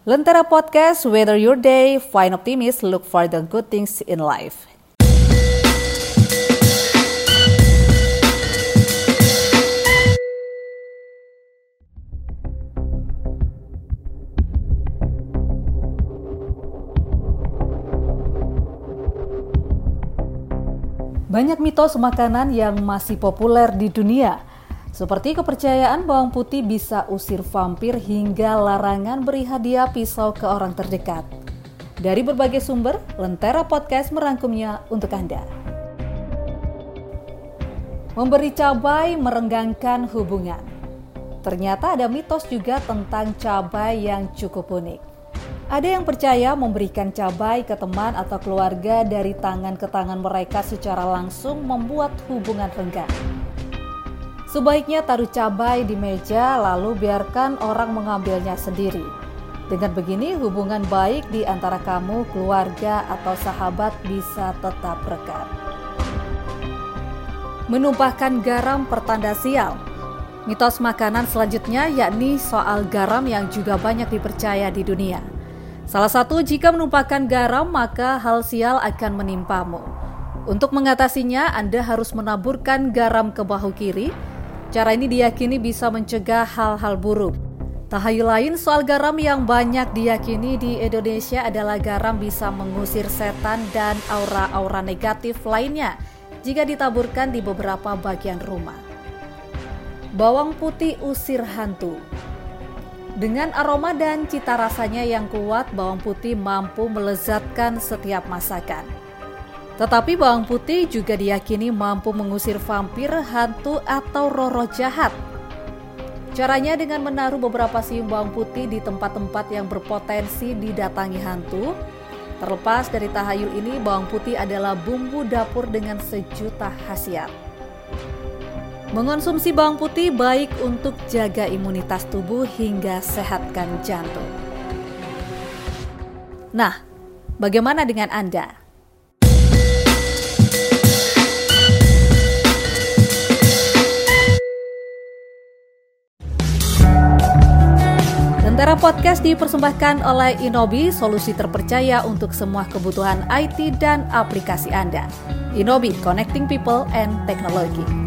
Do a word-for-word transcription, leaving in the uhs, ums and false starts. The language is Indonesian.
Lentera Podcast, weather your day, find optimism, look for the good things in life. Banyak mitos makanan yang masih populer di dunia, seperti kepercayaan bawang putih bisa usir vampir hingga larangan beri hadiah pisau ke orang terdekat. Dari berbagai sumber, Lentera Podcast merangkumnya untuk Anda. Memberi cabai merenggangkan hubungan. Ternyata ada mitos juga tentang cabai yang cukup unik. Ada yang percaya memberikan cabai ke teman atau keluarga dari tangan ke tangan mereka secara langsung membuat hubungan renggang. Sebaiknya taruh cabai di meja lalu biarkan orang mengambilnya sendiri. Dengan begini hubungan baik di antara kamu, keluarga, atau sahabat bisa tetap rekat. Menumpahkan garam pertanda sial. Mitos makanan selanjutnya yakni soal garam yang juga banyak dipercaya di dunia. Salah satu, jika menumpahkan garam maka hal sial akan menimpamu. Untuk mengatasinya, Anda harus menaburkan garam ke bahu kiri. Cara ini diyakini bisa mencegah hal-hal buruk. Tahayul lain soal garam yang banyak diyakini di Indonesia adalah garam bisa mengusir setan dan aura-aura negatif lainnya jika ditaburkan di beberapa bagian rumah. Bawang putih usir hantu. Dengan aroma dan cita rasanya yang kuat, bawang putih mampu melezatkan setiap masakan. Tetapi bawang putih juga diyakini mampu mengusir vampir, hantu, atau roh-roh jahat. Caranya dengan menaruh beberapa siung bawang putih di tempat-tempat yang berpotensi didatangi hantu. Terlepas dari tahayul ini, bawang putih adalah bumbu dapur dengan sejuta khasiat. Mengonsumsi bawang putih baik untuk jaga imunitas tubuh hingga sehatkan jantung. Nah, bagaimana dengan Anda? Lentera Podcast dipersembahkan oleh Inobi, solusi terpercaya untuk semua kebutuhan I T dan aplikasi Anda. Inobi, connecting people and technology.